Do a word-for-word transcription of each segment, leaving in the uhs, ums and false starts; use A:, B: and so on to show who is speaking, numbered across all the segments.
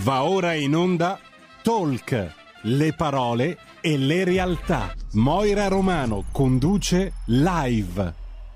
A: Va ora in onda Talk, le parole e le realtà. Moira Romano conduce live.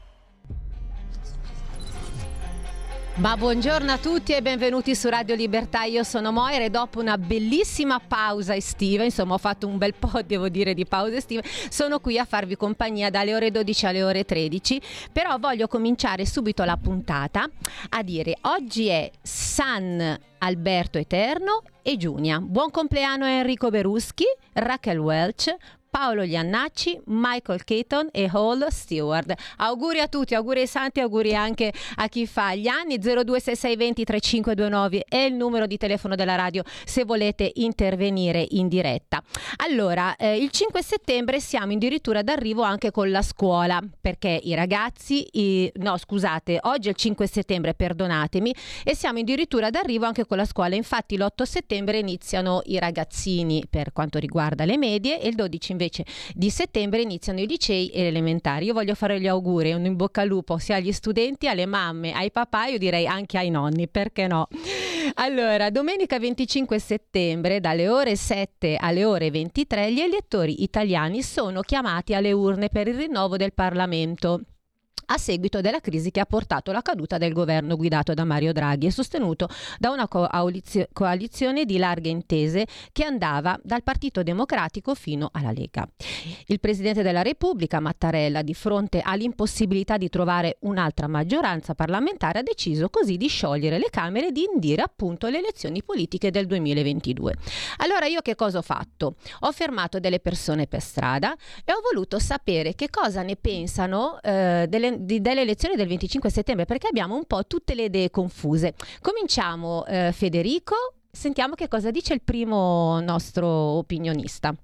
B: Ma buongiorno a tutti e benvenuti su Radio Libertà, io sono Moira e dopo una bellissima pausa estiva, insomma ho fatto un bel po' devo dire di pause estive, sono qui a farvi compagnia dalle ore dodici alle ore tredici, però voglio cominciare subito la puntata a dire oggi è San Alberto Eterno e Giunia. Buon compleanno a Enrico Beruschi, Raquel Welch, Paolo Iannacci, Michael Keaton e Hall Stewart. Auguri a tutti, auguri ai santi, auguri anche a chi fa gli anni. zero due sei sei due zero tre cinque due nove è il numero di telefono della radio se volete intervenire in diretta. Allora, eh, il cinque settembre siamo addirittura d'arrivo anche con la scuola, perché i ragazzi, i, no scusate, oggi è il cinque settembre, perdonatemi, e siamo addirittura d'arrivo anche con la scuola. Infatti l'otto settembre iniziano i ragazzini per quanto riguarda le medie e il dodici invece di settembre iniziano i licei e le elementari. Io voglio fare gli auguri, un in bocca al lupo sia agli studenti, alle mamme, ai papà, io direi anche ai nonni, perché no? Allora, domenica venticinque settembre dalle ore sette alle ore ventitré gli elettori italiani sono chiamati alle urne per il rinnovo del Parlamento a seguito della crisi che ha portato alla caduta del governo guidato da Mario Draghi e sostenuto da una coalizione di larghe intese che andava dal Partito Democratico fino alla Lega. Il Presidente della Repubblica, Mattarella, di fronte all'impossibilità di trovare un'altra maggioranza parlamentare, ha deciso così di sciogliere le Camere e di indire appunto le elezioni politiche del duemilaventidue. Allora io che cosa ho fatto? Ho fermato delle persone per strada e ho voluto sapere che cosa ne pensano eh, delle Di, delle elezioni del venticinque settembre, perché abbiamo un po' tutte le idee confuse. Cominciamo, eh, Federico, sentiamo che cosa dice il primo nostro opinionista.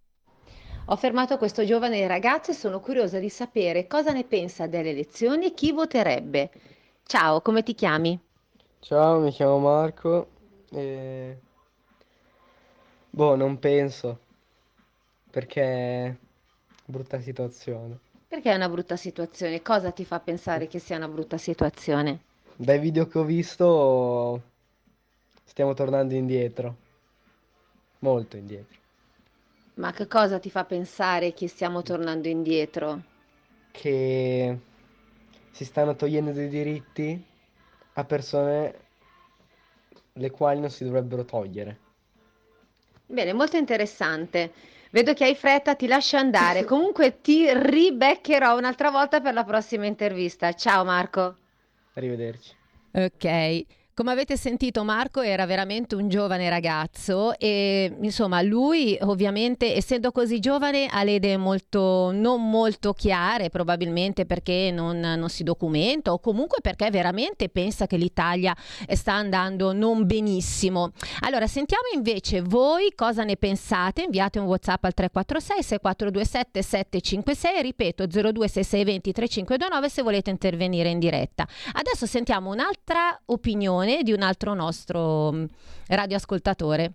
B: Ho fermato questo giovane ragazzo e sono curiosa di sapere cosa ne pensa delle elezioni e chi voterebbe. Ciao, come ti chiami?
C: Ciao, mi chiamo Marco e... Boh, non penso, perché brutta situazione.
B: Perché è una brutta situazione? Cosa ti fa pensare che sia una brutta situazione?
C: Dai video che ho visto stiamo tornando indietro, molto indietro.
B: Ma che cosa ti fa pensare che stiamo tornando indietro?
C: Che si stanno togliendo dei diritti a persone le quali non si dovrebbero togliere.
B: Bene, molto interessante. Vedo che hai fretta, ti lascio andare. Comunque ti ribeccherò un'altra volta per la prossima intervista. Ciao Marco.
C: Arrivederci.
B: Ok. Come avete sentito, Marco era veramente un giovane ragazzo e insomma lui ovviamente essendo così giovane ha le idee molto, non molto chiare, probabilmente perché non, non si documenta o comunque perché veramente pensa che l'Italia sta andando non benissimo. Allora sentiamo invece voi cosa ne pensate, inviate un WhatsApp al tre quattro sei sei quattro due sette sette cinque sei, ripeto zero due sei sei due zero tre cinque due nove se volete intervenire in diretta. Adesso sentiamo un'altra opinione di un altro nostro radioascoltatore.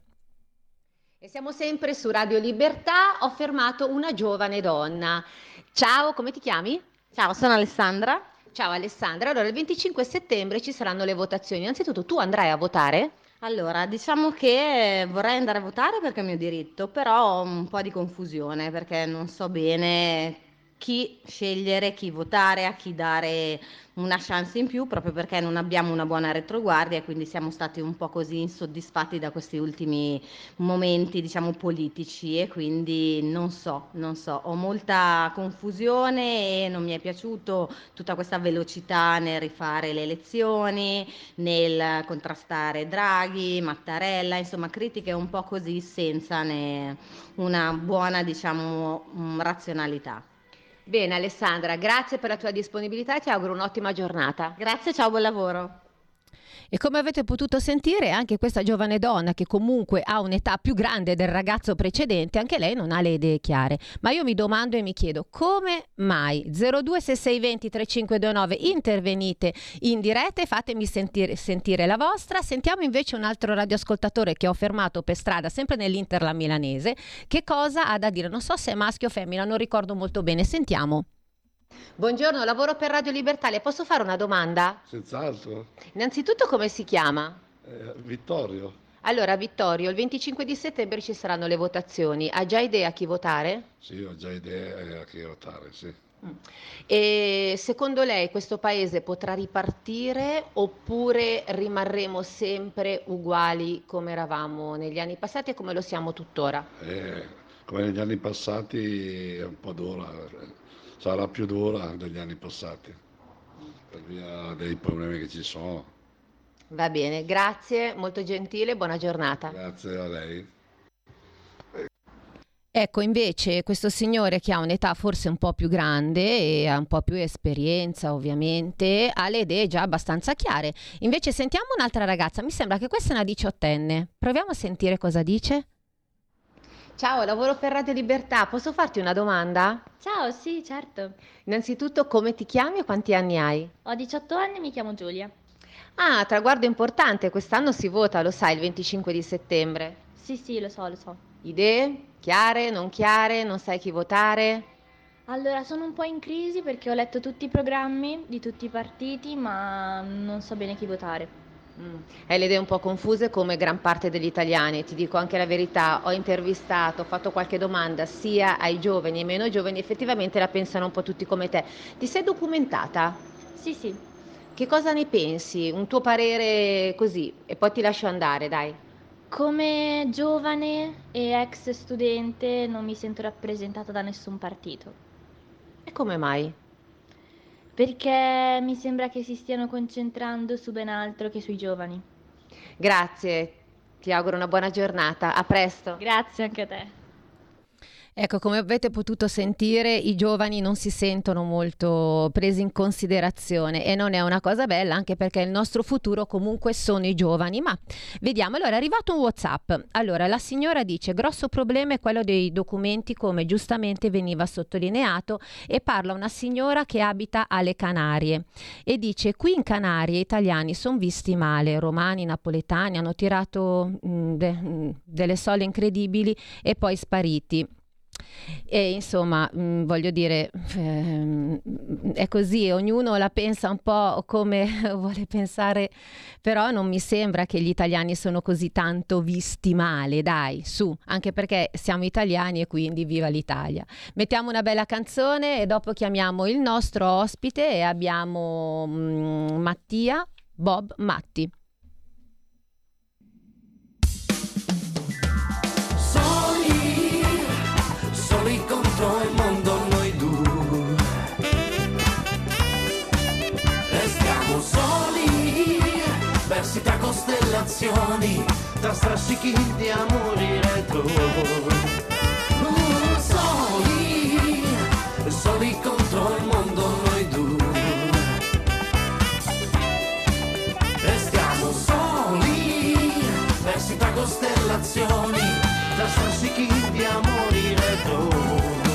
B: E siamo sempre su Radio Libertà. Ho fermato una giovane donna. Ciao, come ti chiami?
D: Ciao, sono Alessandra.
B: Ciao Alessandra. Allora, il venticinque settembre ci saranno le votazioni. Innanzitutto, tu andrai a votare?
D: Allora, diciamo che vorrei andare a votare perché è mio diritto, però ho un po' di confusione perché non so bene chi scegliere, chi votare, a chi dare una chance in più, proprio perché non abbiamo una buona retroguardia e quindi siamo stati un po' così insoddisfatti da questi ultimi momenti, diciamo, politici e quindi non so, non so, ho molta confusione e non mi è piaciuto tutta questa velocità nel rifare le elezioni, nel contrastare Draghi, Mattarella, insomma critiche un po' così senza né una buona, diciamo, razionalità.
B: Bene Alessandra, grazie per la tua disponibilità e ti auguro un'ottima giornata.
D: Grazie, ciao, buon lavoro.
B: E come avete potuto sentire anche questa giovane donna che comunque ha un'età più grande del ragazzo precedente, anche lei non ha le idee chiare. Ma io mi domando e mi chiedo come mai zero due sei sei due zero tre cinque due nove intervenite in diretta e fatemi sentire, sentire la vostra. Sentiamo invece un altro radioascoltatore che ho fermato per strada sempre nell'Interland milanese. Che cosa ha da dire? Non so se è maschio o femmina, non ricordo molto bene. Sentiamo. Buongiorno, lavoro per Radio Libertà, le posso fare una domanda?
E: Senz'altro.
B: Innanzitutto come si chiama?
E: Eh, Vittorio.
B: Allora, Vittorio, il venticinque di settembre ci saranno le votazioni. Ha già idea a chi votare?
E: Sì, ho già idea a chi votare, sì.
B: E secondo lei questo paese potrà ripartire oppure rimarremo sempre uguali come eravamo negli anni passati e come lo siamo tuttora?
E: Eh, come negli anni passati è un po' dura, sarà più dura degli anni passati, per via dei problemi che ci sono.
B: Va bene, grazie, molto gentile, buona giornata.
E: Grazie a lei.
B: Ecco, invece questo signore che ha un'età forse un po' più grande e ha un po' più esperienza ovviamente, ha le idee già abbastanza chiare. Invece sentiamo un'altra ragazza, mi sembra che questa è una diciottenne. Proviamo a sentire cosa dice. Ciao, lavoro per Radio Libertà, posso farti una domanda?
F: Ciao, sì, certo.
B: Innanzitutto come ti chiami e quanti anni hai?
F: Ho diciotto anni e mi chiamo Giulia.
B: Ah, traguardo importante, quest'anno si vota, lo sai, il venticinque di settembre.
F: Sì, sì, lo so, lo so.
B: Idee? Chiare, non chiare, non sai chi votare?
F: Allora, sono un po' in crisi perché ho letto tutti i programmi di tutti i partiti, ma non so bene chi votare.
B: Mm. Hai le idee un po' confuse come gran parte degli italiani, ti dico anche la verità, ho intervistato, ho fatto qualche domanda sia ai giovani e ai meno giovani, effettivamente la pensano un po' tutti come te. Ti sei documentata?
F: Sì, sì.
B: Che cosa ne pensi? Un tuo parere così e poi ti lascio andare, dai.
F: Come giovane e ex studente non mi sento rappresentata da nessun partito.
B: E come mai?
F: Perché mi sembra che si stiano concentrando su ben altro che sui giovani.
B: Grazie, ti auguro una buona giornata, a presto.
F: Grazie anche a te.
B: Ecco, come avete potuto sentire, i giovani non si sentono molto presi in considerazione e non è una cosa bella, anche perché il nostro futuro comunque sono i giovani. Ma vediamo, allora è arrivato un WhatsApp. Allora, la signora dice: grosso problema è quello dei documenti, come giustamente veniva sottolineato, e parla una signora che abita alle Canarie e dice: qui in Canarie gli italiani sono visti male, romani, napoletani, hanno tirato mh, de- mh, delle solle incredibili e poi spariti. E insomma, mh, voglio dire, ehm, è così, ognuno la pensa un po' come vuole pensare, però non mi sembra che gli italiani sono così tanto visti male, dai, su, anche perché siamo italiani e quindi viva l'Italia. Mettiamo una bella canzone e dopo chiamiamo il nostro ospite e abbiamo mh, Mattia Bob Matti.
G: Contro il mondo noi due restiamo soli, persi tra costellazioni, tra strascichi di amori retro. Uh, soli, soli contro il mondo noi due restiamo soli, persi tra costellazioni, tra strascichi di amori retro.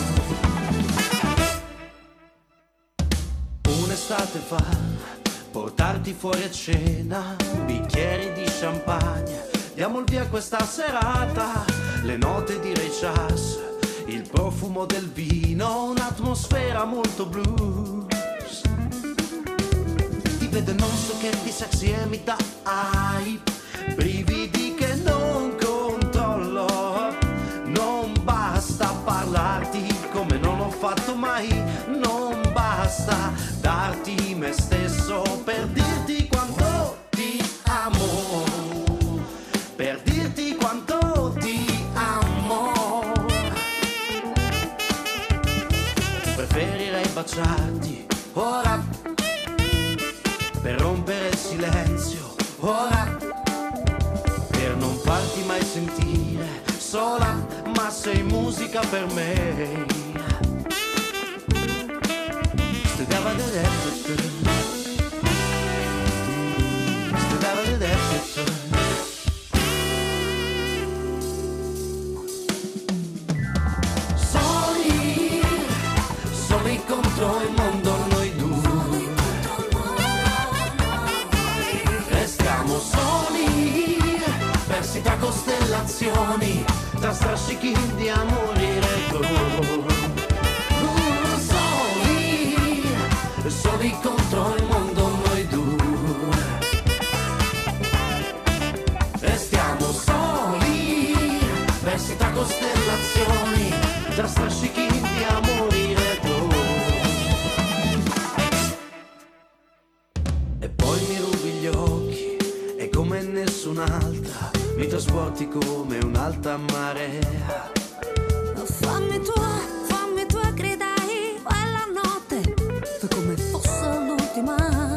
G: Un'estate fa, portarti fuori a cena, bicchieri di champagne, diamo il via questa serata, le note di Ray Charles, il profumo del vino, un'atmosfera molto blues. Ti vedo e non so che di sexy e mi dai brividi che non controllo, non basta parlarti come non ho fatto mai, non basta darti me stesso per dirti quanto ti amo, per dirti quanto ti amo. Preferirei baciarti ora, per rompere il silenzio ora, per non farti mai sentire sola, ma sei musica per me. Studiava del detto, studiava del detto. Soli, soli contro il mondo noi due. Restiamo soli, persi tra costellazioni, tra strascichi di amori retro. Soli contro il mondo noi due restiamo costellazioni, tra strascichi di amori retro. E poi mi rubi gli occhi e come nessun'altra mi trasporti come un'alta marea.
H: Fammi tua, fammi tua, gridai quella notte, fai come fosse l'ultima.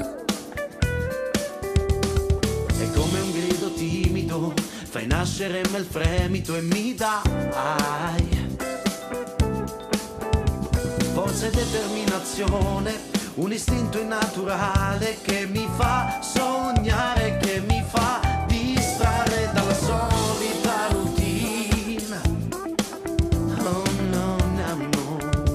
G: E come un grido timido fai nascere me il fremito e mi dai forza e determinazione, un istinto innaturale che mi fa sognare, che mi fa distrarre dalla solita routine. Oh no, no, no.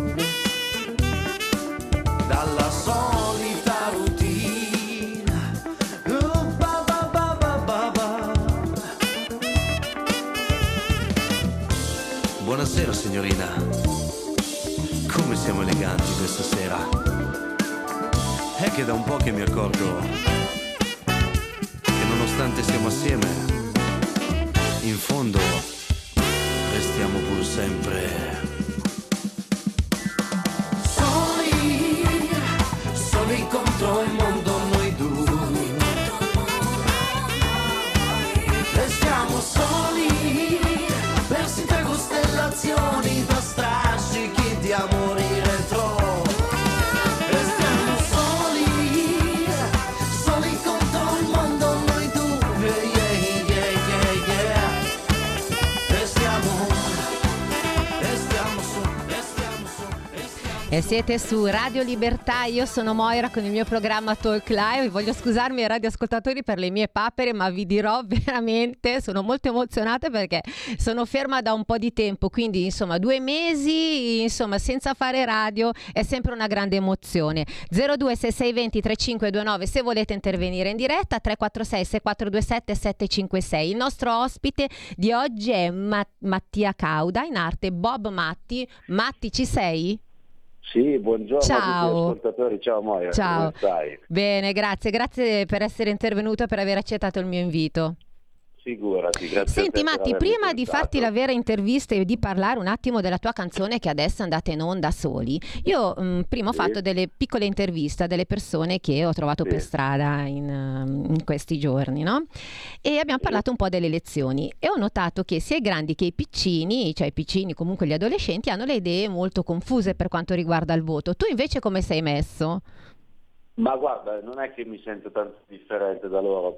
G: Dalla solita routine. Oh, ba, ba, ba, ba, ba, ba. Buonasera signorina, come siamo eleganti questa sera. È che da un po' che mi accorgo che nonostante siamo assieme, in fondo restiamo pur sempre soli, soli contro il mondo noi due. Restiamo soli, persi tra costellazioni, da strascichi di amori retro.
B: E siete su Radio Libertà, io sono Moira con il mio programma Talk Live. Voglio scusarmi ai radioascoltatori per le mie papere, ma vi dirò veramente, sono molto emozionata perché sono ferma da un po' di tempo, quindi insomma due mesi insomma senza fare radio è sempre una grande emozione. zero due sei sei due zero tre cinque due nove se volete intervenire in diretta, tre quattro sei sei quattro due sette sette cinque sei. Il nostro ospite di oggi è Ma- Mattia Cauda, in arte Bob Matti. Matti, ci sei?
I: Sì, buongiorno
B: Ciao.
I: a tutti gli ascoltatori, ciao Moira,
B: Ciao.
I: come stai?
B: Bene, grazie, grazie per essere intervenuto e per aver accettato il mio invito.
I: Figurati, grazie.
B: Senti
I: a te per
B: Matti,
I: avermi
B: prima di
I: pensato.
B: farti la vera intervista e di parlare un attimo della tua canzone che adesso è andata in onda soli, io mh, prima ho
I: Sì.
B: fatto delle piccole interviste a delle persone che ho trovato
I: Sì.
B: per strada in, um, in questi giorni, no? E abbiamo
I: Sì.
B: parlato un po' delle elezioni e ho notato che sia i grandi che i piccini, cioè i piccini comunque gli adolescenti, hanno le idee molto confuse per quanto riguarda il voto. Tu invece come sei messo?
I: Ma guarda, non è che mi sento tanto differente da loro,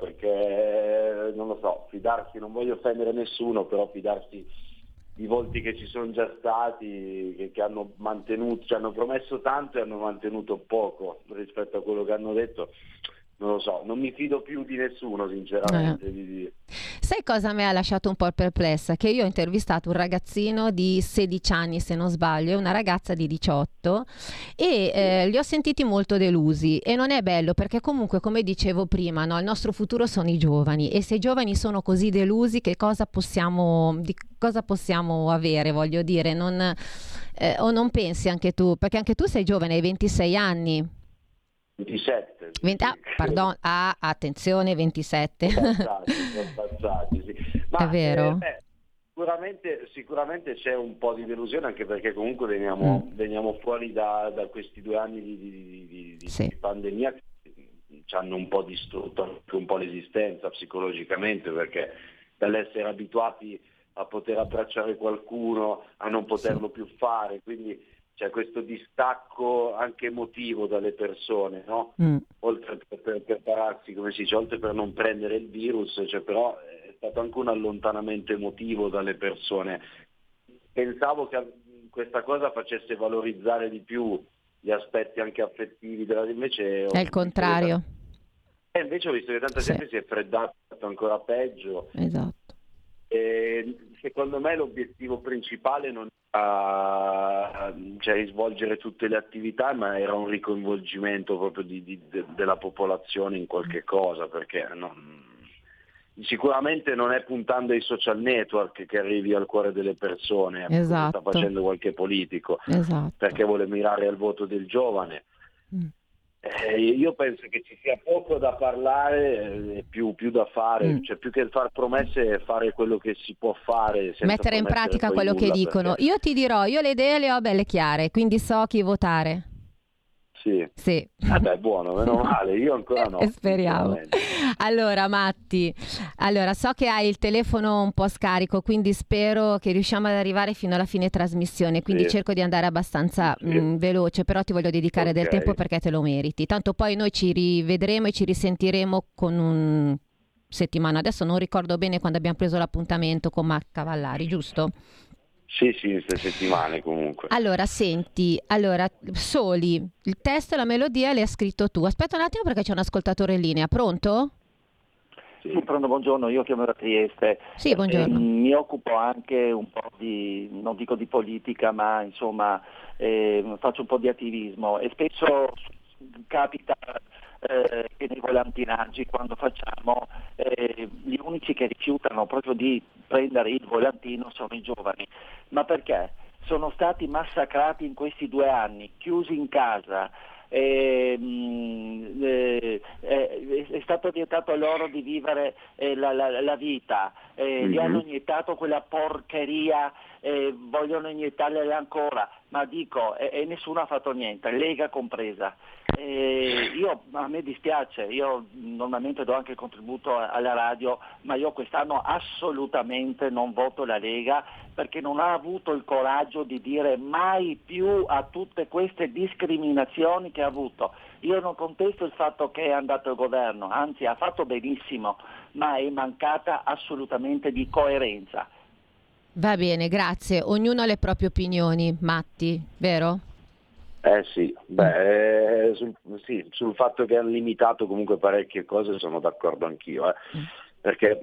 I: perché non lo so, fidarsi, non voglio offendere nessuno, però fidarsi di volti che ci sono già stati, che, che hanno mantenuto, ci hanno promesso tanto e hanno mantenuto poco rispetto a quello che hanno detto. Non lo so, non mi fido più di nessuno sinceramente.
B: Eh.
I: Di, di...
B: Sai cosa mi ha lasciato un po' perplessa? Che io ho intervistato un ragazzino di sedici anni se non sbaglio e una ragazza di diciotto e eh, li ho sentiti molto delusi e non è bello perché comunque come dicevo prima, no, il nostro futuro sono i giovani e se i giovani sono così delusi che cosa possiamo, di cosa possiamo avere, voglio dire, non, eh, o non pensi anche tu, perché anche tu sei giovane, hai ventisei anni.
I: ventisette.
B: venti, ah, pardon, ah, attenzione, ventisette.
I: Sono passati, sono passati, sì. Ma,
B: È vero?
I: eh, beh, sicuramente, sicuramente c'è un po' di delusione, anche perché comunque veniamo,
B: Mm.
I: veniamo fuori da, da questi due anni di, di, di, di,
B: Sì.
I: di pandemia che ci hanno un po' distrutto anche un po' l'esistenza psicologicamente, perché dall'essere abituati a poter abbracciare qualcuno a non poterlo
B: Sì.
I: più fare, quindi c'è questo distacco anche emotivo dalle persone, no?
B: Mm.
I: Oltre per, per prepararsi, come si dice, oltre per non prendere il virus, cioè, però è stato anche un allontanamento emotivo dalle persone. Pensavo che questa cosa facesse valorizzare di più gli aspetti anche affettivi della, invece
B: È il contrario.
I: E invece ho visto che tanta
B: Sì.
I: gente si è freddata, è fatto ancora peggio.
B: Esatto.
I: E secondo me l'obiettivo principale non era, cioè, svolgere tutte le attività, ma era un ricoinvolgimento proprio di, di, de, della popolazione in qualche cosa, perché non, sicuramente non è puntando ai social network che arrivi al cuore delle persone,
B: Esatto.
I: come sta facendo qualche politico,
B: Esatto.
I: perché vuole mirare al voto del giovane.
B: Mm.
I: Eh, Eh, io penso che ci sia poco da parlare e più, più da fare, mm. cioè più che far promesse fare quello che si può fare senza
B: mettere in pratica quello che dicono.
I: Perché...
B: Io ti dirò, io le idee le ho belle chiare, quindi so chi votare.
I: Sì.
B: Sì.
I: Ah beh, buono, meno male, io ancora no.
B: Speriamo. Allora, Matti, allora so che hai il telefono un po' scarico, quindi spero che riusciamo ad arrivare fino alla fine trasmissione, quindi sì. cerco di andare abbastanza sì. mh, veloce, però ti voglio dedicare okay. del tempo perché te lo meriti. Tanto poi noi ci rivedremo e ci risentiremo con un settimana. Adesso non ricordo bene quando abbiamo preso l'appuntamento con Marc Cavallari, giusto?
I: Sì, sì, queste settimane comunque.
B: Allora, senti, allora, Soli, il testo e la melodia le hai scritto tu. Aspetta un attimo perché c'è un ascoltatore in linea. Pronto?
J: Sì, pronto, buongiorno, io chiamo da Trieste.
B: Sì, buongiorno.
J: Eh, mi occupo anche un po' di, non dico di politica, ma insomma eh, faccio un po' di attivismo e spesso capita eh, che nei volantinaggi quando facciamo eh, gli unici che rifiutano proprio di prendere il volantino sono i giovani. Ma perché? Sono stati massacrati in questi due anni, chiusi in casa. Eh, eh, eh, è stato vietato loro di vivere eh, la, la, la vita, eh, mm-hmm. gli hanno iniettato quella porcheria, eh, vogliono iniettarle ancora, ma dico, e eh, eh, nessuno ha fatto niente, Lega compresa. Eh, io, a me dispiace, io normalmente do anche il contributo alla radio, ma io quest'anno assolutamente non voto la Lega perché non ha avuto il coraggio di dire mai più a tutte queste discriminazioni che ha avuto. Io non contesto il fatto che è andato il governo, anzi ha fatto benissimo, ma è mancata assolutamente di coerenza.
B: Va bene, grazie. Ognuno ha le proprie opinioni, Matti, vero?
I: Eh sì, beh, eh, sul, sì, sul fatto che hanno limitato comunque parecchie cose sono d'accordo anch'io, eh. mm. perché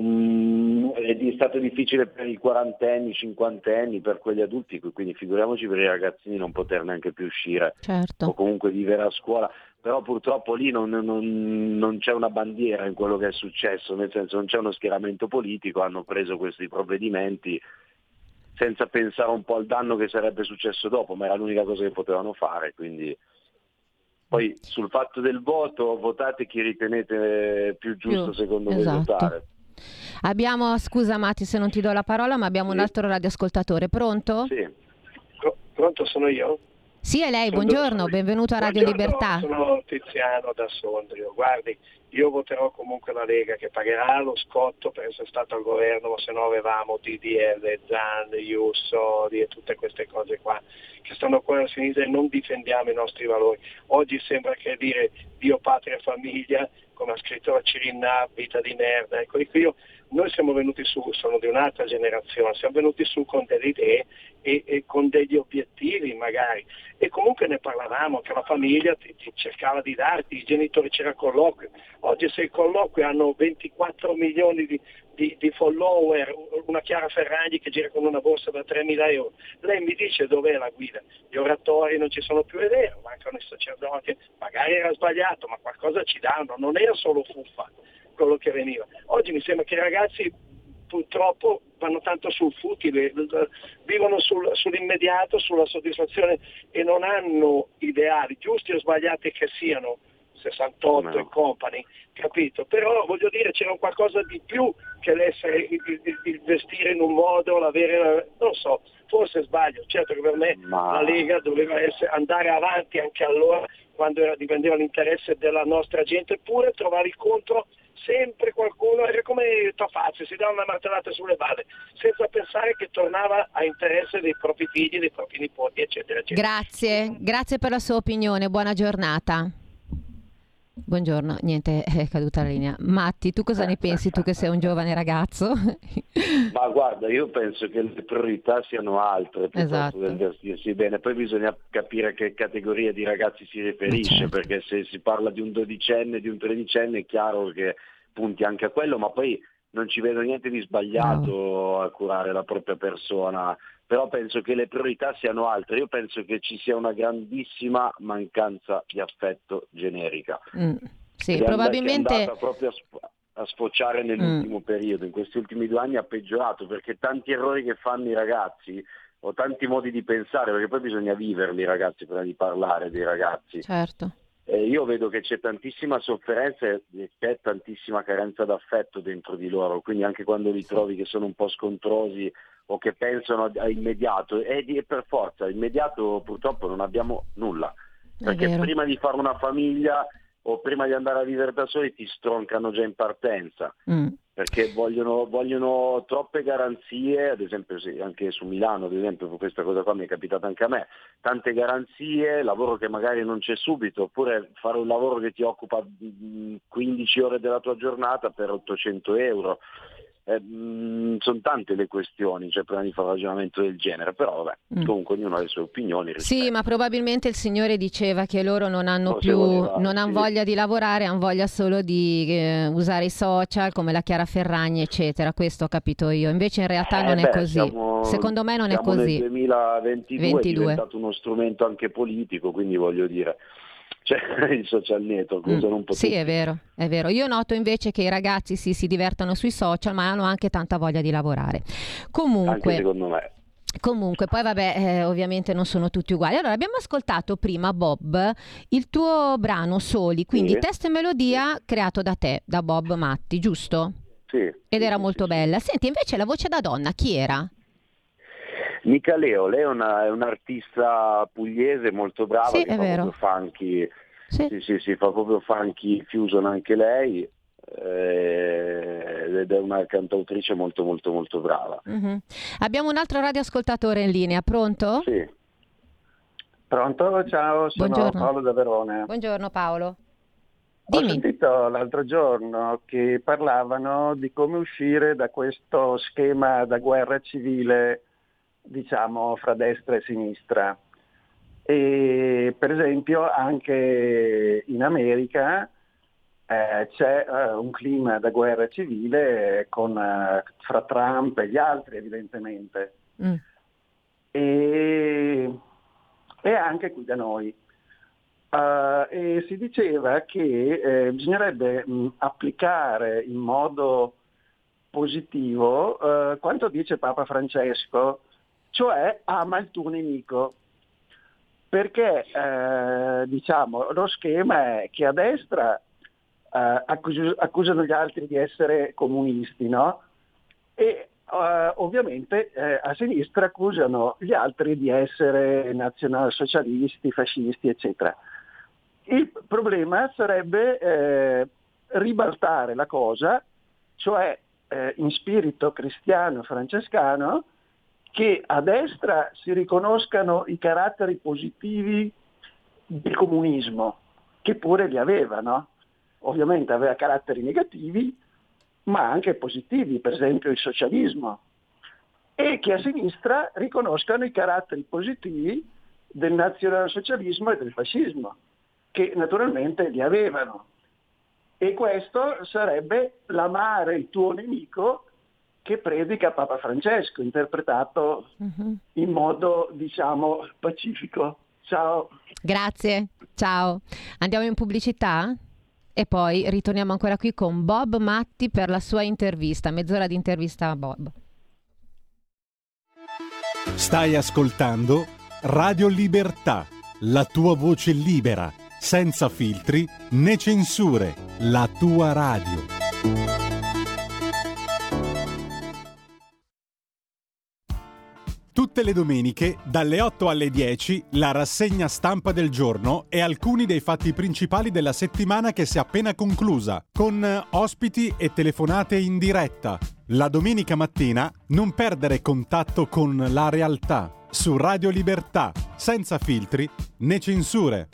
I: um, è stato difficile per i quarantenni, cinquantenni, per quegli adulti, quindi figuriamoci per i ragazzini non poter neanche più uscire
B: certo.
I: o comunque vivere a scuola, però purtroppo lì non, non, non c'è una bandiera in quello che è successo, nel senso non c'è uno schieramento politico, hanno preso questi provvedimenti senza pensare un po' al danno che sarebbe successo dopo, ma era l'unica cosa che potevano fare, quindi poi sul fatto del voto, votate chi ritenete più giusto più, secondo esatto. voi votare.
B: Abbiamo, scusa Matti se non ti do la parola, ma abbiamo sì. un altro radioascoltatore, pronto?
I: Sì.
K: Pro- pronto, sono io?
B: Sì, è lei,
K: sono
B: buongiorno,
K: sono
B: benvenuto a Radio
K: buongiorno,
B: Libertà.
K: Sono Tiziano da Sondrio, guardi, io voterò comunque la Lega che pagherà lo scotto per essere stato al governo, se no avevamo D D L, Zan, Iusso e tutte queste cose qua che stanno qua a sinistra e non difendiamo i nostri valori. Oggi sembra che dire Dio, patria e famiglia, come ha scritto la Cirinna, vita di merda, ecco io, noi siamo venuti su, sono di un'altra generazione, siamo venuti su con delle idee e, e con degli obiettivi magari, e comunque ne parlavamo che la famiglia ti, ti cercava di darti, i genitori c'era il colloquio. Oggi se i colloqui hanno ventiquattro milioni di, di, di follower, una Chiara Ferragni che gira con una borsa da tremila euro, lei mi dice dov'è la guida, gli oratori non ci sono più, è vero, mancano i sacerdoti, magari era sbagliato, ma qualcosa ci danno, non era solo fuffa quello che veniva. Oggi mi sembra che i ragazzi purtroppo vanno tanto sul futile, vivono sul, sull'immediato, sulla soddisfazione e non hanno ideali, giusti o sbagliati che siano, sessantotto no. e company, capito? Però voglio dire c'era un qualcosa di più che l'essere, il, il, il vestire in un modo, l'avere, non so, forse sbaglio, certo che per me Ma... la Lega doveva essere, andare avanti anche allora quando era, dipendeva l'interesse della nostra gente, eppure trovare incontro sempre qualcuno, era come Tafazzi, si dava una martellata sulle balle, senza pensare che tornava a interesse dei propri figli, dei propri nipoti, eccetera, eccetera.
B: Grazie, grazie per la sua opinione, buona giornata. Buongiorno, niente, è caduta la linea. Matti, tu cosa ne pensi, tu che sei un giovane ragazzo?
I: Ma guarda, io penso che le priorità siano altre piuttosto
B: esatto.
I: del vestirsi bene, poi bisogna capire a che categoria di ragazzi si riferisce, certo. perché se si parla di un dodicenne, di un tredicenne è chiaro che punti anche a quello, ma poi non ci vedo niente di sbagliato no. a curare la propria persona, però penso che le priorità siano altre. Io penso che ci sia una grandissima mancanza di affetto generica.
B: Mm, sì,
I: che
B: probabilmente
I: è andata proprio a, sp- a sfociare nell'ultimo mm. periodo, in questi ultimi due anni ha peggiorato, perché tanti errori che fanno i ragazzi o tanti modi di pensare, perché poi bisogna viverli i ragazzi prima di parlare dei ragazzi.
B: Certo.
I: Eh, io vedo che c'è tantissima sofferenza e c'è tantissima carenza d'affetto dentro di loro, quindi anche quando li trovi che sono un po' scontrosi o che pensano a immediato, e di, per forza, immediato purtroppo non abbiamo nulla, perché prima di fare una famiglia o prima di andare a vivere da soli ti stroncano già in partenza, mm. perché vogliono, vogliono troppe garanzie, ad esempio sì, anche su Milano, ad esempio questa cosa qua mi è capitata anche a me, tante garanzie, lavoro che magari non c'è subito, oppure fare un lavoro che ti occupa quindici ore della tua giornata per ottocento euro. Eh, mh, sono tante le questioni, cioè prima di fare un ragionamento del genere, però vabbè, mm. comunque ognuno ha le sue opinioni. Rispetto.
B: Sì, ma probabilmente il signore diceva che loro non hanno no, più voleva, non hanno sì. voglia di lavorare, hanno voglia solo di eh, usare i social come la Chiara Ferragni eccetera, questo ho capito io, invece in realtà
I: eh
B: non
I: beh,
B: è così,
I: siamo,
B: secondo me non è così.
I: Nel duemilaventidue
B: ventidue
I: è diventato uno strumento anche politico, quindi voglio dire, cioè i social network usano un po'
B: sì,
I: tutti.
B: è vero, è vero. Io noto invece che i ragazzi sì, si divertano sui social, ma hanno anche tanta voglia di lavorare. Comunque,
I: anche secondo me.
B: Comunque, poi vabbè, eh, ovviamente non sono tutti uguali. Allora, abbiamo ascoltato prima, Bob, il tuo brano Soli, quindi sì. testo e melodia sì. creato da te, da Bob Matti, giusto?
I: Sì.
B: Ed
I: sì,
B: era
I: sì,
B: molto
I: sì,
B: bella.
I: sì.
B: Senti, invece la voce da donna, chi era?
I: Mica Leo, lei è, una, è un'artista pugliese molto brava,
B: sì,
I: che
B: è
I: fa
B: vero.
I: proprio funky,
B: sì.
I: Sì, sì, sì, fa proprio funky fusion anche lei, eh, ed è una cantautrice molto molto molto brava.
B: Mm-hmm. Abbiamo un altro radioascoltatore in linea, pronto?
I: Sì.
L: Pronto, ciao, sono
B: Buongiorno.
L: Paolo da Verona.
B: Buongiorno Paolo.
L: Dimmi. Ho sentito l'altro giorno che parlavano di come uscire da questo schema da guerra civile, diciamo, fra destra e sinistra. E per esempio anche in America eh, c'è eh, un clima da guerra civile con, eh, fra Trump e gli altri evidentemente. Mm. E, e anche qui da noi. Uh, e si diceva che eh, bisognerebbe mh, applicare in modo positivo uh, quanto dice Papa Francesco, cioè ama il tuo nemico, perché eh, diciamo lo schema è che a destra eh, accus- accusano gli altri di essere comunisti, no? E eh, ovviamente eh, a sinistra accusano gli altri di essere nazionalsocialisti, fascisti, eccetera. Il problema sarebbe eh, ribaltare la cosa, cioè eh, in spirito cristiano francescano, che a destra si riconoscano i caratteri positivi del comunismo, che pure li aveva, no? Ovviamente aveva caratteri negativi, ma anche positivi, per esempio il socialismo, e che a sinistra riconoscano i caratteri positivi del nazionalsocialismo e del fascismo, che naturalmente li avevano. E questo sarebbe l'amare il tuo nemico che predica Papa Francesco, interpretato uh-huh. in modo, diciamo, pacifico. Ciao.
B: Grazie, ciao. Andiamo in pubblicità e poi ritorniamo ancora qui con Bob Matti per la sua intervista, mezz'ora di intervista a Bob.
A: Stai ascoltando Radio Libertà, la tua voce libera, senza filtri né censure, la tua radio. Tutte le domeniche, dalle otto alle dieci, la rassegna stampa del giorno e alcuni dei fatti principali della settimana che si è appena conclusa, con ospiti e telefonate in diretta. La domenica mattina non perdere contatto con la realtà, su Radio Libertà, senza filtri né censure.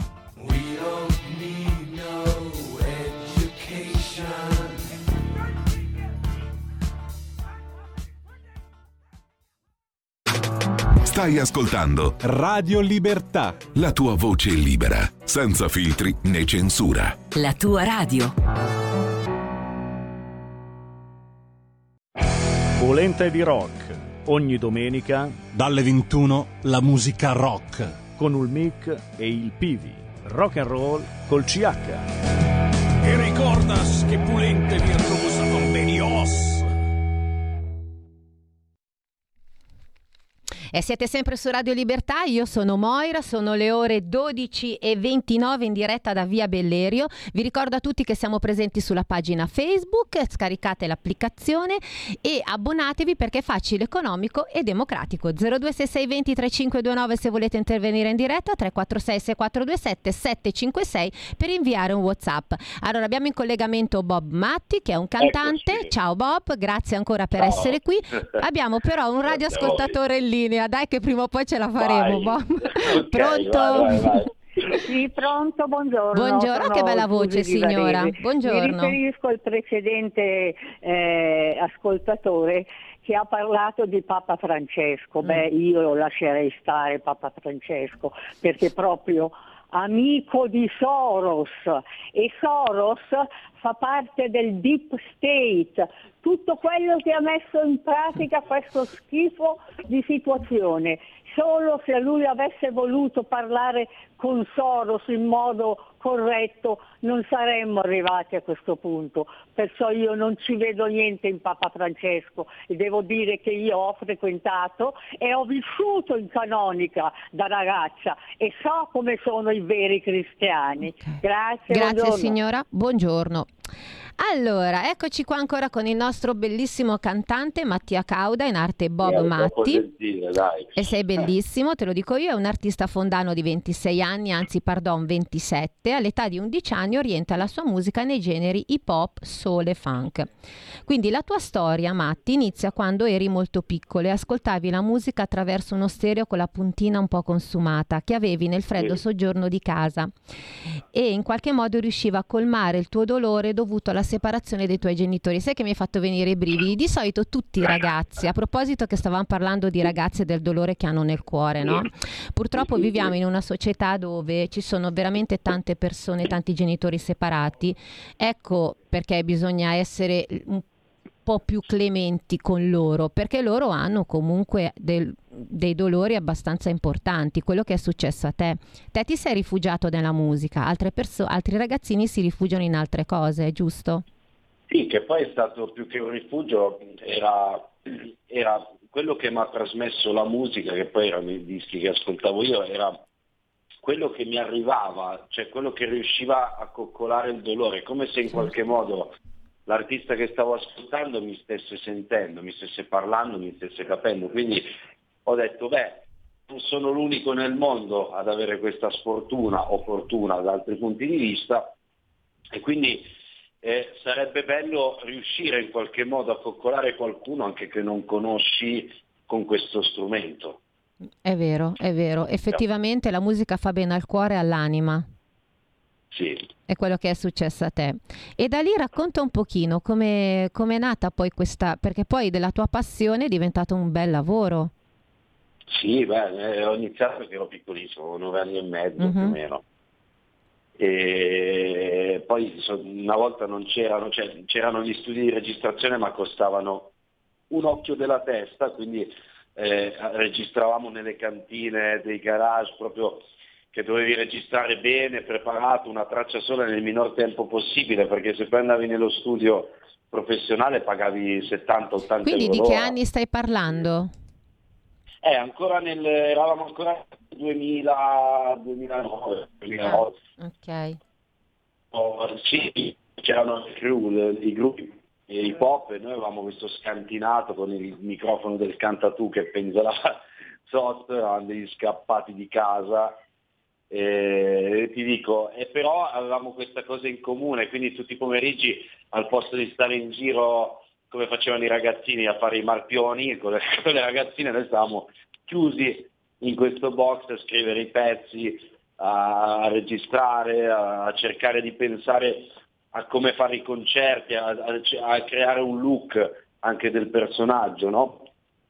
M: Stai ascoltando
A: Radio Libertà,
M: la tua voce libera, senza filtri né censura.
N: La tua radio.
O: Polenta di rock, ogni domenica
A: dalle ventuno la musica rock
O: con il Mic e il Pivi. Rock and roll col C H.
P: E ricordas che Pulente virtuosa con Benios.
B: E siete sempre su Radio Libertà, io sono Moira, sono le ore dodici e ventinove in diretta da Via Bellerio. Vi ricordo a tutti che siamo presenti sulla pagina Facebook, scaricate l'applicazione e abbonatevi perché è facile, economico e democratico. zero due sei sei due zero tre cinque due nove se volete intervenire in diretta, tre quattro sei sei quattro due sette sette cinque sei per inviare un WhatsApp. Allora abbiamo in collegamento Bob Matti che è un cantante.
N: Eccoci.
B: Ciao Bob, grazie ancora per
N: Ciao.
B: essere qui. Abbiamo però un radioascoltatore in linea, dai che prima o poi ce la faremo,
N: Vai.
B: Bob.
N: Ok,
B: Pronto?
N: vai, vai, vai.
Q: Sì, pronto, buongiorno.
B: Buongiorno,
Q: Sono
B: che bella voce,
Q: Susi di
B: signora.
Q: Varese.
B: Buongiorno.
Q: Mi riferisco al precedente eh, ascoltatore che ha parlato di Papa Francesco.
B: Mm.
Q: Beh, io lascerei stare Papa Francesco perché proprio amico di Soros, e Soros fa parte del Deep State, tutto quello che ha messo in pratica questo schifo di situazione. Solo se lui avesse voluto parlare con Soros in modo corretto non saremmo arrivati a questo punto. Perciò io non ci vedo niente in Papa Francesco e devo dire che io ho frequentato e ho vissuto in canonica da ragazza e so come sono i veri cristiani. Grazie,
B: Grazie
Q: buongiorno.
B: signora, buongiorno. Allora, eccoci qua ancora con il nostro bellissimo cantante Mattia Cauda, in arte Bob
I: Eh,
B: Matti.
I: gentile, dai.
B: E sei bellissimo, te lo dico io, è un artista fondano di ventisei anni, anzi pardon ventisette, all'età di undici anni orienta la sua musica nei generi hip hop, soul e funk. Quindi la tua storia, Matti, inizia quando eri molto piccolo e ascoltavi la musica attraverso uno stereo con la puntina un po' consumata che avevi nel freddo
N: Sì.
B: soggiorno di casa e in qualche modo riusciva a colmare il tuo dolore dovuto alla separazione dei tuoi genitori. Sai che mi hai fatto venire i brividi? Di solito tutti i ragazzi, a proposito che stavamo parlando di ragazzi e del dolore che hanno nel cuore, no? Purtroppo viviamo in una società dove ci sono veramente tante persone, tanti genitori separati. Ecco perché bisogna essere un po' più clementi con loro, perché loro hanno comunque del, dei dolori abbastanza importanti. Quello che è successo a te, te ti sei rifugiato nella musica, altre perso- altri ragazzini si rifugiano in altre cose, giusto?
I: Sì, che poi è stato più che un rifugio, era, era quello che mi ha trasmesso la musica, che poi erano i dischi che ascoltavo io, era quello che mi arrivava, cioè quello che riusciva a coccolare il dolore, come se in qualche modo l'artista che stavo ascoltando mi stesse sentendo, mi stesse parlando, mi stesse capendo. Quindi ho detto, beh, non sono l'unico nel mondo ad avere questa sfortuna o fortuna da altri punti di vista, e quindi eh, sarebbe bello riuscire in qualche modo a coccolare qualcuno anche che non conosci con questo strumento.
B: È vero, è vero. Effettivamente la musica fa bene al cuore e all'anima.
I: Sì.
B: È quello che è successo a te. E da lì racconta un pochino come è nata poi questa, perché poi della tua passione è diventato un bel lavoro.
I: Sì, beh, eh, ho iniziato perché ero piccolissimo, nove anni e mezzo
B: Mhm.
I: più o meno. E poi so- una volta non c'erano, cioè, c'erano gli studi di registrazione ma costavano un occhio della testa, quindi eh, registravamo nelle cantine dei garage, proprio che dovevi registrare bene, preparato, una traccia sola nel minor tempo possibile, perché se poi andavi nello studio professionale pagavi settanta ottanta
B: Quindi
I: euro
B: di che
I: l'ora.
B: anni stai parlando?
I: Eh, ancora nel, eravamo ancora nel duemila, duemilanove, duemilaotto.
B: Ok.
I: Oh, sì, c'erano le crew, le- i gruppi hip hop, e noi avevamo questo scantinato con il microfono del cantatù che penzolava sotto, eravamo degli scappati di casa. E ti dico, e però avevamo questa cosa in comune, quindi tutti i pomeriggi al posto di stare in giro come facevano i ragazzini a fare i marpioni con le, con le ragazzine, noi stavamo chiusi in questo box a scrivere i pezzi, a, a registrare, a, a cercare di pensare a come fare i concerti, a, a- a creare un look anche del personaggio, no?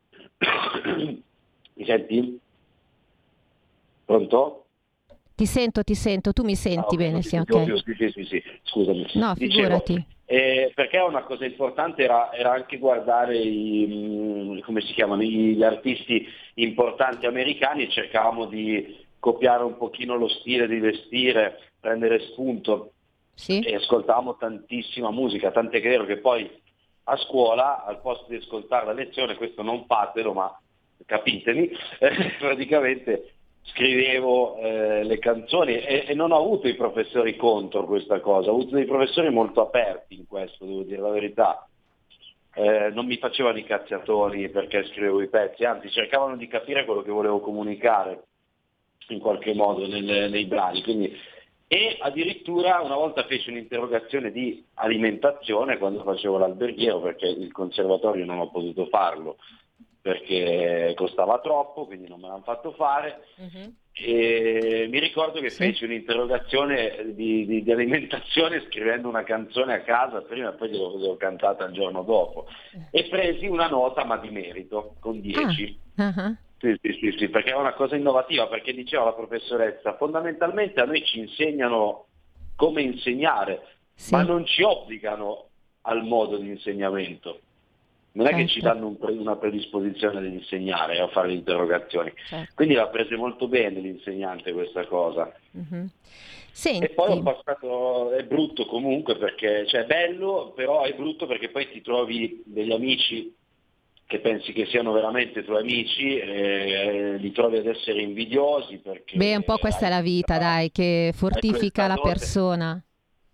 I: Mi senti? Pronto?
B: Ti sento, ti sento, tu mi senti
I: Ah, ok,
B: bene,
I: non
B: sì,
I: ti sentivo
B: ok.
I: più, sì, sì, sì, sì, scusami.
B: No,
I: Dicevo,
B: figurati.
I: eh, perché una cosa importante era, era anche guardare i, mm, come si chiamano, gli artisti importanti americani, e cercavamo di copiare un pochino lo stile di vestire, prendere spunto, e ascoltavamo tantissima musica, tant'è che è vero che poi a scuola, al posto di ascoltare la lezione, questo non fatelo, ma capitemi, eh, praticamente scrivevo eh, le canzoni e, e non ho avuto i professori contro questa cosa, ho avuto dei professori molto aperti in questo, devo dire la verità. Eh, non mi facevano i cazziatoni perché scrivevo i pezzi, anzi cercavano di capire quello che volevo comunicare in qualche modo nel, nei brani. Quindi, e addirittura una volta feci un'interrogazione di alimentazione quando facevo l'alberghiero, perché il conservatorio non ho potuto farlo perché costava troppo, quindi non me l'hanno fatto fare. Uh-huh. E mi ricordo che sì. feci un'interrogazione di, di, di alimentazione scrivendo una canzone a casa prima e poi gliel'ho cantata il giorno dopo, e presi una nota ma di merito con dieci. Ah. Uh-huh. Sì, sì, sì, sì, perché è una cosa innovativa, perché diceva la professoressa, fondamentalmente a noi ci insegnano come insegnare, sì. ma non ci obbligano al modo di insegnamento. Non certo. è che ci danno un pre- una predisposizione ad insegnare o a fare le interrogazioni. Certo. Quindi l'ha prese molto bene l'insegnante questa cosa.
B: Mm-hmm.
I: E poi ho passato, è brutto comunque perché, cioè è bello, però è brutto perché poi ti trovi degli amici che pensi che siano veramente tuoi amici, e li trovi ad essere invidiosi perché...
B: Beh, un po' questa è la vita, dai, che fortifica la persona.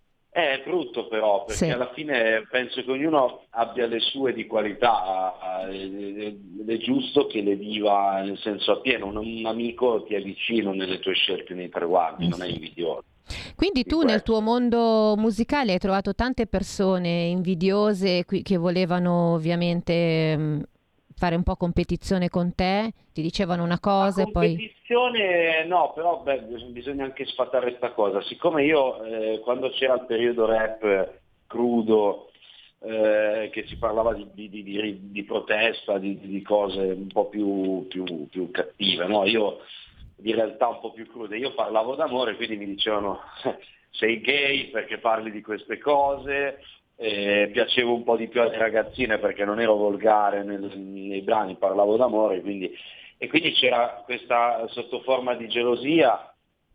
I: È brutto però, perché sì. alla fine penso che ognuno abbia le sue di qualità, ed è giusto che le viva nel senso appieno. Un amico ti è vicino nelle tue scelte, nei traguardi, eh non sì. è invidioso.
B: Quindi tu nel tuo mondo musicale hai trovato tante persone invidiose che volevano ovviamente fare un po' competizione con te, ti dicevano una cosa e poi...
I: Competizione no, però beh, bisogna anche sfatare questa cosa. Siccome io eh, quando c'era il periodo rap crudo, eh, che si parlava di, di, di, di protesta, di, di cose un po' più, più, più cattive, no? Io di realtà un po' più crude, io parlavo d'amore, quindi mi dicevano sei gay perché parli di queste cose. Eh, piacevo un po' di più alle ragazzine perché non ero volgare nel, nei brani, parlavo d'amore, quindi, e quindi c'era questa sotto forma di gelosia,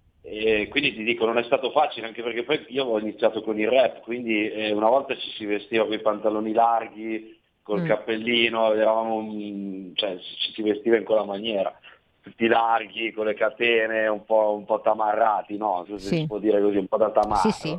I: e quindi ti dico non è stato facile, anche perché poi io ho iniziato con il rap, quindi eh, una volta ci si vestiva con i pantaloni larghi, col mm. cappellino, eravamo, cioè ci si vestiva in quella maniera, tutti larghi, con le catene, un po', un po' tamarrati, no? Se sì. si può dire così, un po' da tamarro. Sì, sì.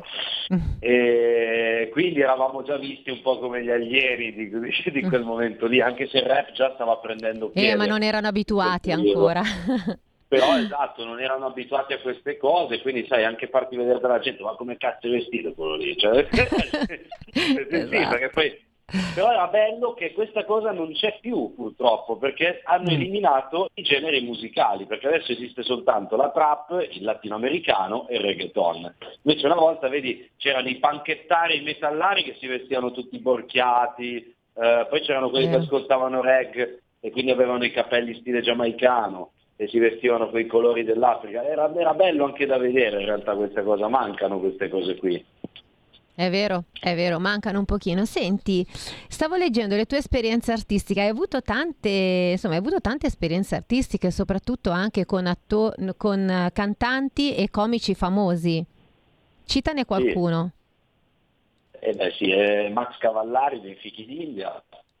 I: E quindi eravamo già visti un po' come gli alieni di, di quel momento lì, anche se il rap già stava prendendo piede.
B: Eh, ma non erano abituati ancora.
I: Però esatto, non erano abituati a queste cose, quindi sai, anche farti vedere dalla gente, ma come cazzo è vestito quello lì? Cioè, sì, esatto. Perché poi... Però era bello che questa cosa non c'è più purtroppo, perché hanno mm. eliminato i generi musicali, perché adesso esiste soltanto la trap, il latinoamericano e il reggaeton. Invece una volta, vedi, c'erano i panchettari, i metallari che si vestivano tutti borchiati, eh, poi c'erano quelli mm. che ascoltavano reggae e quindi avevano i capelli stile giamaicano e si vestivano con i colori dell'Africa. Era, era bello anche da vedere in realtà questa cosa, mancano queste cose qui.
B: È vero, è vero, mancano un pochino. Senti, stavo leggendo le tue esperienze artistiche, hai avuto tante, insomma, hai avuto tante esperienze artistiche, soprattutto anche con, atto- con cantanti e comici famosi. Citane qualcuno.
I: Sì. Eh beh sì, eh, Max Cavallari dei Fichi d'India,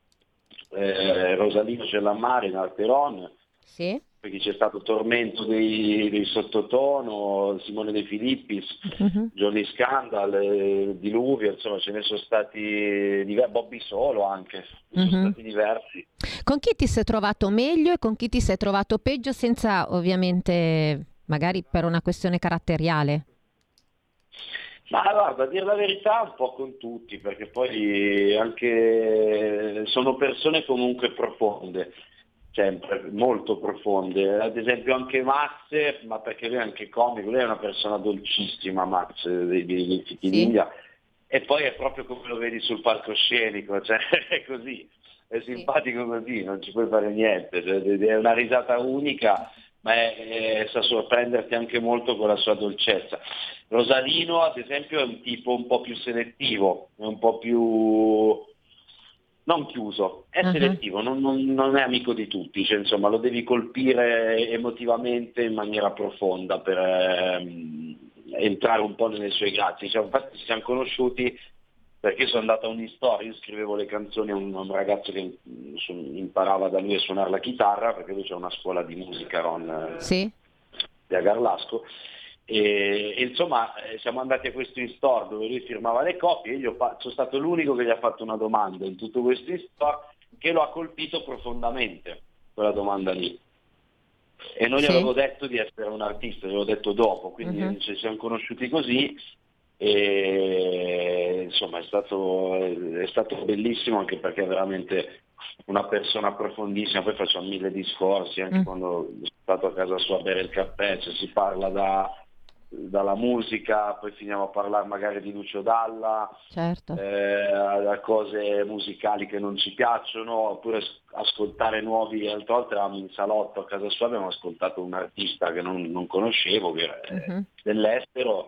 I: eh, Rosalino Cellammare in Alteron.
B: Sì.
I: Perché c'è stato Tormento dei, dei Sottotono, Simone De Filippis, uh-huh. Johnny Scandal, eh, Diluvio, insomma ce ne sono stati diversi, Bobby Solo anche, uh-huh. sono stati diversi.
B: Con chi ti sei trovato meglio e con chi ti sei trovato peggio, senza ovviamente, magari per una questione caratteriale?
I: Ma guarda, a dire la verità un po' con tutti, perché poi anche sono persone comunque profonde. Sempre molto profonde, ad esempio anche Max, ma perché lui è anche comico, lui è una persona dolcissima, Max dei, dei, dei Fichi d'India, e poi è proprio come lo vedi sul palcoscenico, cioè è così, è simpatico così, non ci puoi fare niente, cioè, è una risata unica, ma è, è, sa sorprenderti anche molto con la sua dolcezza. Rosalino ad esempio è un tipo un po' più selettivo, è un po' più... non chiuso, è uh-huh. selettivo, non, non, non è amico di tutti, cioè, insomma lo devi colpire emotivamente in maniera profonda per ehm, entrare un po' nelle sue grazie. Cioè, infatti ci siamo conosciuti perché sono andato a un'istoria, io scrivevo le canzoni a un, a un ragazzo che su- imparava da lui a suonare la chitarra, perché lui c'è una scuola di musica, Ron,
B: Sì.
I: di Agarlasco, e, e insomma eh, siamo andati a questo in-store dove lui firmava le copie e io fa- sono stato l'unico che gli ha fatto una domanda in tutto questo in-store che lo ha colpito profondamente, quella domanda lì. E non gli
B: Sì.
I: avevo detto di essere un artista, gliel'ho detto dopo, quindi
B: Mhm.
I: ci siamo conosciuti così e insomma è stato, è stato bellissimo, anche perché è veramente una persona profondissima, poi facciamo mille discorsi, anche
B: Mm.
I: quando sono stato a casa sua a bere il caffè, cioè si parla da, dalla musica, poi finiamo a parlare magari di Lucio Dalla,
B: Certo.
I: eh, a cose musicali che non ci piacciono, oppure as- ascoltare nuovi. L'altra volta eravamo in salotto a casa sua, abbiamo ascoltato un artista che non, non conoscevo, che era eh,
B: Mhm.
I: dell'estero,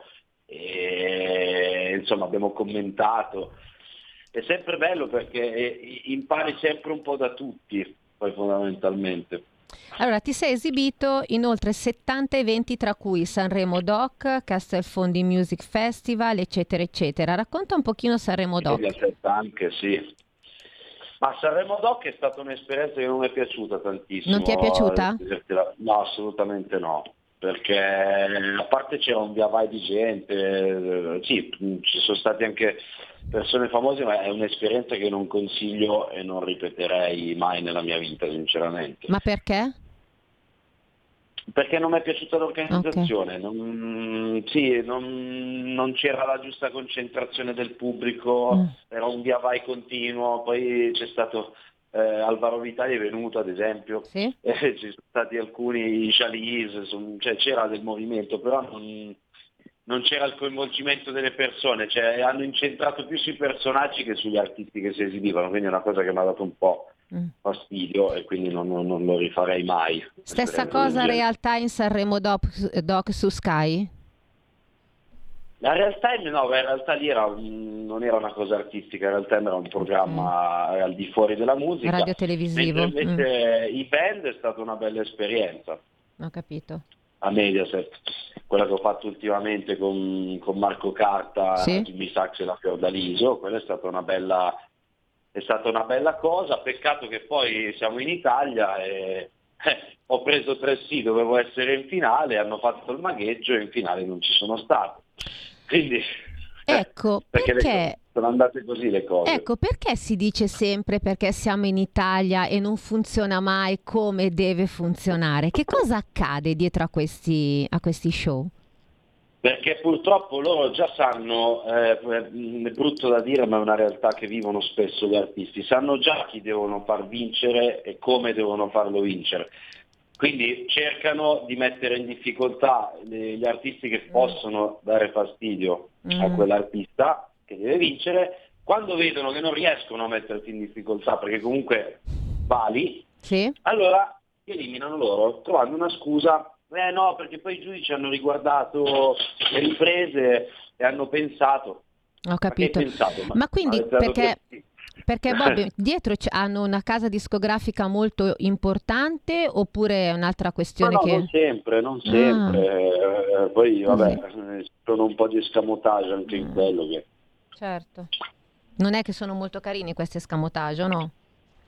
I: e insomma abbiamo commentato. È sempre bello perché eh, impari sempre un po' da tutti, poi fondamentalmente.
B: Allora, ti sei esibito in oltre settanta eventi, tra cui Sanremo Doc, Castelfondi Music Festival, eccetera, eccetera. Racconta un pochino Sanremo Doc.
I: Mediaset anche, sì. Ma Sanremo Doc è stata un'esperienza che non mi è piaciuta tantissimo.
B: Non ti è piaciuta?
I: No, assolutamente no, perché a parte c'era un via vai di gente, eh, sì, ci sono stati anche persone famose, ma è un'esperienza che non consiglio e non ripeterei mai nella mia vita, sinceramente.
B: Ma perché?
I: Perché non mi è piaciuta l'organizzazione, non, sì, non, non c'era la giusta concentrazione del pubblico,
B: Mm.
I: era un via vai continuo, poi c'è stato eh, Alvaro Vitali è venuto ad esempio,
B: Sì.
I: eh, ci sono stati alcuni Chalice, son- cioè c'era del movimento, però non, non c'era il coinvolgimento delle persone, cioè hanno incentrato più sui personaggi che sugli artisti che si esibivano, quindi è una cosa che mi ha dato un po'
B: Mm.
I: fastidio e quindi non, non- non lo rifarei mai.
B: Stessa
I: Esperienza
B: cosa
I: del genere.
B: realtà in Sanremo Doc, Doc su Sky?
I: La realtà è- no, in realtà lì era, un- non era una cosa artistica, in realtà era un programma al di fuori della musica.
B: Radio televisivo.
I: Mentre invece i band è stata una bella esperienza
B: Ho capito.
I: a Mediaset, quella che ho fatto ultimamente con, con Marco Carta,
B: Sì.
I: Jimmy Sachs e la Fiordaliso, quella è stata una bella, è stata una bella cosa, peccato che poi siamo in Italia e eh, ho preso tre sì, dovevo essere in finale, hanno fatto il magheggio e in finale non ci sono stato. Quindi
B: Ecco,
I: perché le
B: perché...
I: cose- sono andate così le cose.
B: Ecco, perché si dice sempre perché siamo in Italia e non funziona mai come deve funzionare? Che cosa accade dietro a questi, a questi show?
I: Perché purtroppo loro già sanno, eh, è brutto da dire ma è una realtà che vivono spesso gli artisti, sanno già chi devono far vincere e come devono farlo vincere. Quindi cercano di mettere in difficoltà gli artisti che possono dare fastidio a
B: Mm.
I: quell'artista che deve vincere, quando vedono che non riescono a metterti in difficoltà perché comunque vali,
B: Sì?
I: allora ti eliminano loro trovando una scusa. Eh no, perché poi i giudici hanno riguardato le riprese e hanno pensato.
B: Ho capito.
I: Ma, che pensato?
B: Ma quindi
I: avete dato
B: perché,
I: che-
B: perché Bobby, dietro c- hanno una casa discografica molto importante oppure è un'altra
I: No,
B: questione
I: no,
B: che...
I: non sempre, non
B: Ah.
I: sempre. Eh, poi vabbè, eh, sono un po' di escamotage anche
B: Mm.
I: in quello che...
B: Certo. Non è che sono molto carini questi escamotage, o no?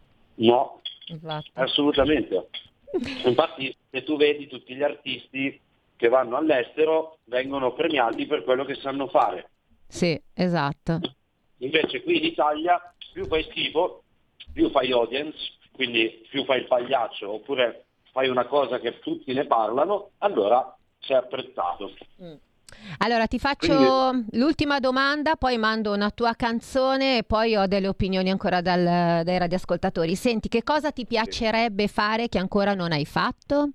I: No,
B: Esatto.
I: assolutamente. Infatti se tu vedi tutti gli artisti che vanno all'estero vengono premiati per quello che sanno fare.
B: Sì, esatto.
I: Invece qui in Italia più fai schifo, più fai audience, quindi più fai il pagliaccio, oppure fai una cosa che tutti ne parlano, allora sei apprezzato.
B: Allora ti faccio l'ultima domanda, poi mando una tua canzone e poi ho delle opinioni ancora dal- dai radioascoltatori. Senti, che cosa ti piacerebbe fare che ancora non hai fatto?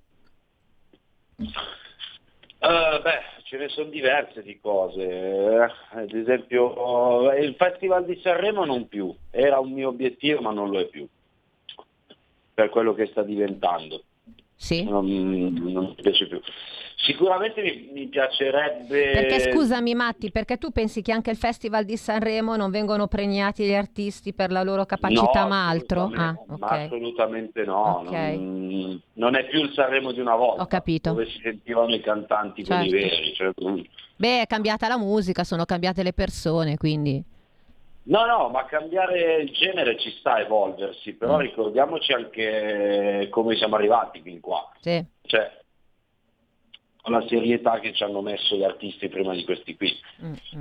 I: Eh, beh, ce ne sono diverse di cose. Eh, ad esempio eh, il Festival di Sanremo non più, era un mio obiettivo ma non lo è più, per quello che sta diventando.
B: Sì.
I: Non, non mi piace più. Sicuramente mi, mi piacerebbe...
B: Perché scusami Matti, perché tu pensi che anche il Festival di Sanremo non vengono premiati gli artisti per la loro capacità
I: No,
B: ma altro? Ah,
I: assolutamente- ma
B: ok.
I: assolutamente no,
B: Ok.
I: non, non è più il Sanremo di una volta,
B: Ho capito.
I: dove si sentivano i cantanti quelli
B: Certo.
I: veri. Cioè, mm,
B: Beh, è cambiata la musica, sono cambiate le persone, quindi...
I: No, no, ma cambiare il genere ci sta a evolversi, però
B: Mm.
I: ricordiamoci anche come siamo arrivati fin qua.
B: Sì.
I: Cioè, la serietà che ci hanno messo gli artisti prima di questi qui.
B: Mm, mm.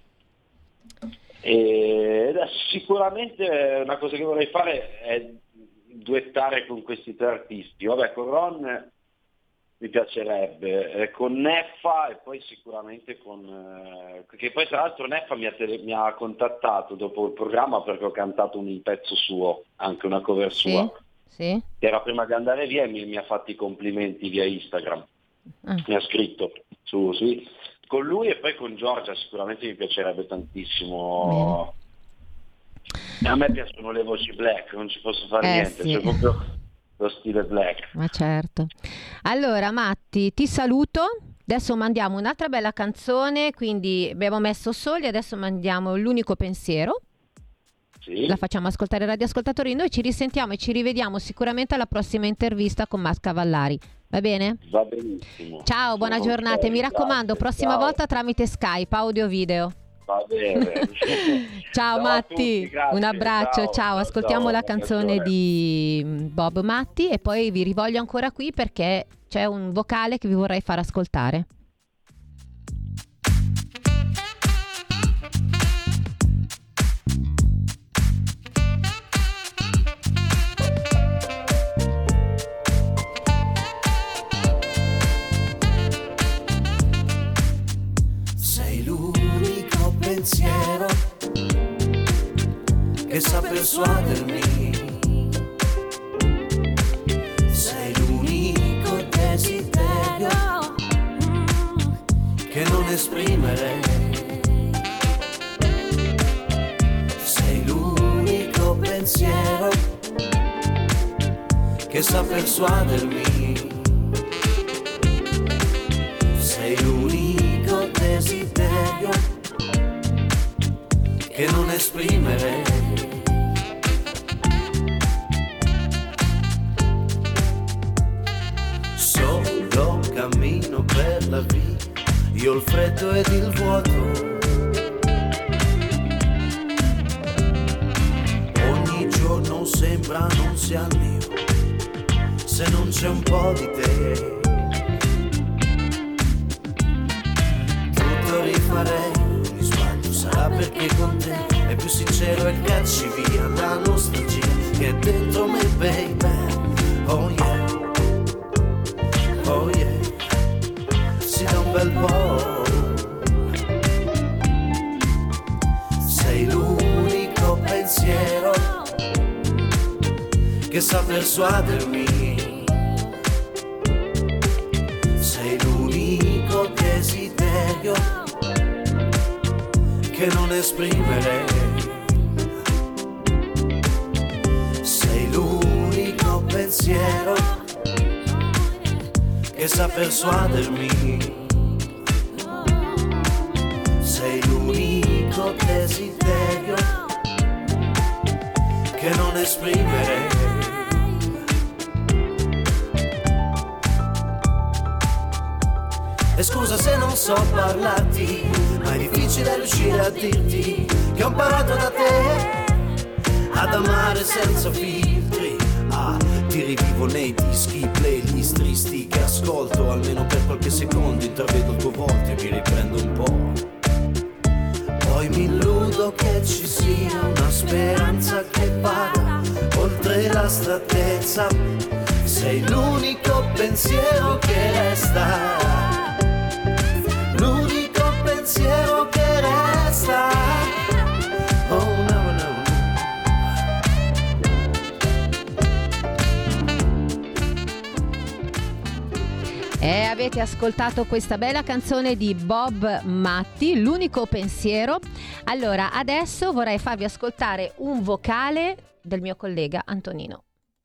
I: E adesso sicuramente una cosa che vorrei fare è duettare con questi tre artisti. Vabbè, con Ron mi piacerebbe, eh, con Neffa e poi sicuramente con... Eh, che poi tra l'altro Neffa mi ha, tele- mi ha contattato dopo il programma perché ho cantato un pezzo suo, anche una cover sua,
B: Sì?
I: che era prima di andare via e mi, mi ha fatto i complimenti via Instagram.
B: Ah.
I: Mi ha scritto su, su- con lui e poi con Giorgia sicuramente mi piacerebbe tantissimo. A me piacciono le voci black, non ci posso fare
B: Eh,
I: niente,
B: sì.
I: c'è proprio lo stile black.
B: Ma certo. Allora, Matti, ti saluto. Adesso mandiamo un'altra bella canzone, quindi abbiamo messo Soli, adesso mandiamo L'unico pensiero.
I: Sì.
B: La facciamo ascoltare ai radioascoltatori. Noi ci risentiamo e ci rivediamo sicuramente alla prossima intervista con Max Cavallari. Va bene?
I: Va benissimo.
B: Ciao, buona
I: Sono
B: giornata e mi
I: grazie,
B: raccomando, prossima
I: ciao.
B: volta tramite Skype, audio video.
I: Va bene.
B: Ciao,
I: Ciao a
B: Matti,
I: tutti, grazie,
B: un abbraccio,
I: ciao,
B: ciao.
I: ciao,
B: Ascoltiamo
I: ciao,
B: la
I: buona
B: canzone
I: giornata.
B: di Bob Matti e poi vi rivoglio ancora qui perché c'è un vocale che vi vorrei far ascoltare.
G: Sei l'unico pensiero che sa persuadermi. Sei l'unico desiderio che non esprimere. Sei l'unico pensiero che sa persuadermi. Sei l'unico desiderio che non esprimere. Solo cammino per la via, io il freddo ed il vuoto. Ogni giorno sembra non sia il mio, se non c'è un po' di te. Tutto rifarei, ogni sbaglio sarà perché con te è più sincero e cacci via la nostalgia che è dentro me, baby. Oh yeah, oh yeah, si da un bel po'. Sei l'unico pensiero che sa persuadermi. Sei l'unico desiderio che non esprimere. Sei l'unico pensiero che sa persuadermi. Sei l'unico desiderio che non esprimere. E scusa se non so parlarti, ma è difficile riuscire a dirti che ho imparato da te ad amare senza filtri. Ah, ti rivivo nei dischi, playlist tristi che ascolto almeno per qualche secondo, intravedo il tuo volto e mi riprendo un po'. Poi mi illudo che ci sia una speranza che vada oltre la stanchezza. Sei l'unico pensiero che resta. L'unico pensiero che resta. Oh no, no.
B: E avete ascoltato questa bella canzone di Bob Matti, L'unico pensiero. Allora, adesso vorrei farvi ascoltare un vocale del mio collega Antonino.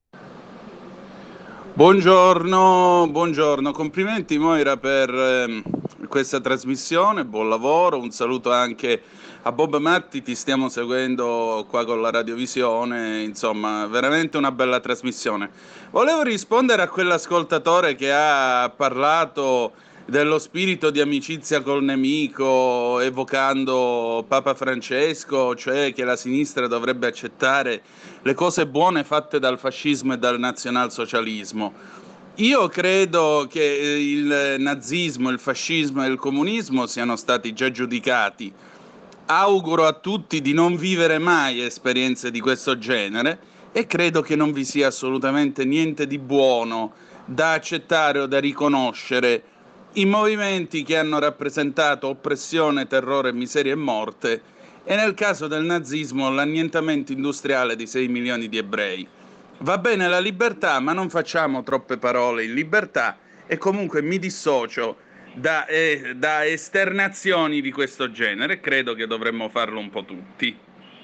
N: Buongiorno, buongiorno, complimenti Moira per ehm, questa trasmissione, buon lavoro, un saluto anche a Bob Matti, ti stiamo seguendo qua con la radiovisione, insomma veramente una bella trasmissione. Volevo rispondere a quell'ascoltatore che ha parlato dello spirito di amicizia col nemico, evocando Papa Francesco, cioè che la sinistra dovrebbe accettare le cose buone fatte dal fascismo e dal nazionalsocialismo. Io credo che il nazismo, il fascismo e il comunismo siano stati già giudicati. Auguro a tutti di non vivere mai esperienze di questo genere e credo che non vi sia assolutamente niente di buono da accettare o da riconoscere i movimenti che hanno rappresentato oppressione, terrore, miseria e morte, e nel caso del nazismo l'annientamento industriale di sei milioni di ebrei. Va bene la libertà, ma non facciamo troppe parole in libertà, e comunque mi dissocio da, eh, da esternazioni di questo genere. Credo che dovremmo farlo un po' tutti.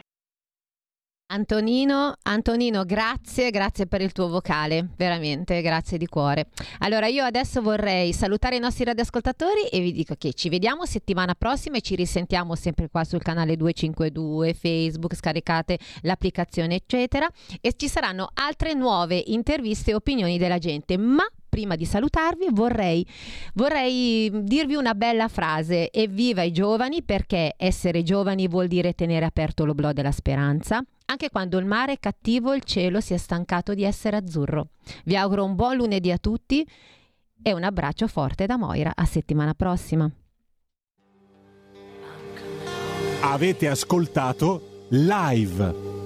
B: Antonino, Antonino, grazie, grazie per il tuo vocale, veramente, grazie di cuore. Allora io adesso vorrei salutare i nostri radioascoltatori e vi dico che ci vediamo settimana prossima e ci risentiamo sempre qua sul canale duecentocinquantadue, Facebook, scaricate l'applicazione eccetera, e ci saranno altre nuove interviste e opinioni della gente, ma prima di salutarvi vorrei, vorrei dirvi una bella frase: evviva i giovani, perché essere giovani vuol dire tenere aperto l'oblò della speranza. Anche quando il mare è cattivo, il cielo si è stancato di essere azzurro. Vi auguro un buon lunedì a tutti e un abbraccio forte da Moira. A settimana prossima.
A: Avete ascoltato Live.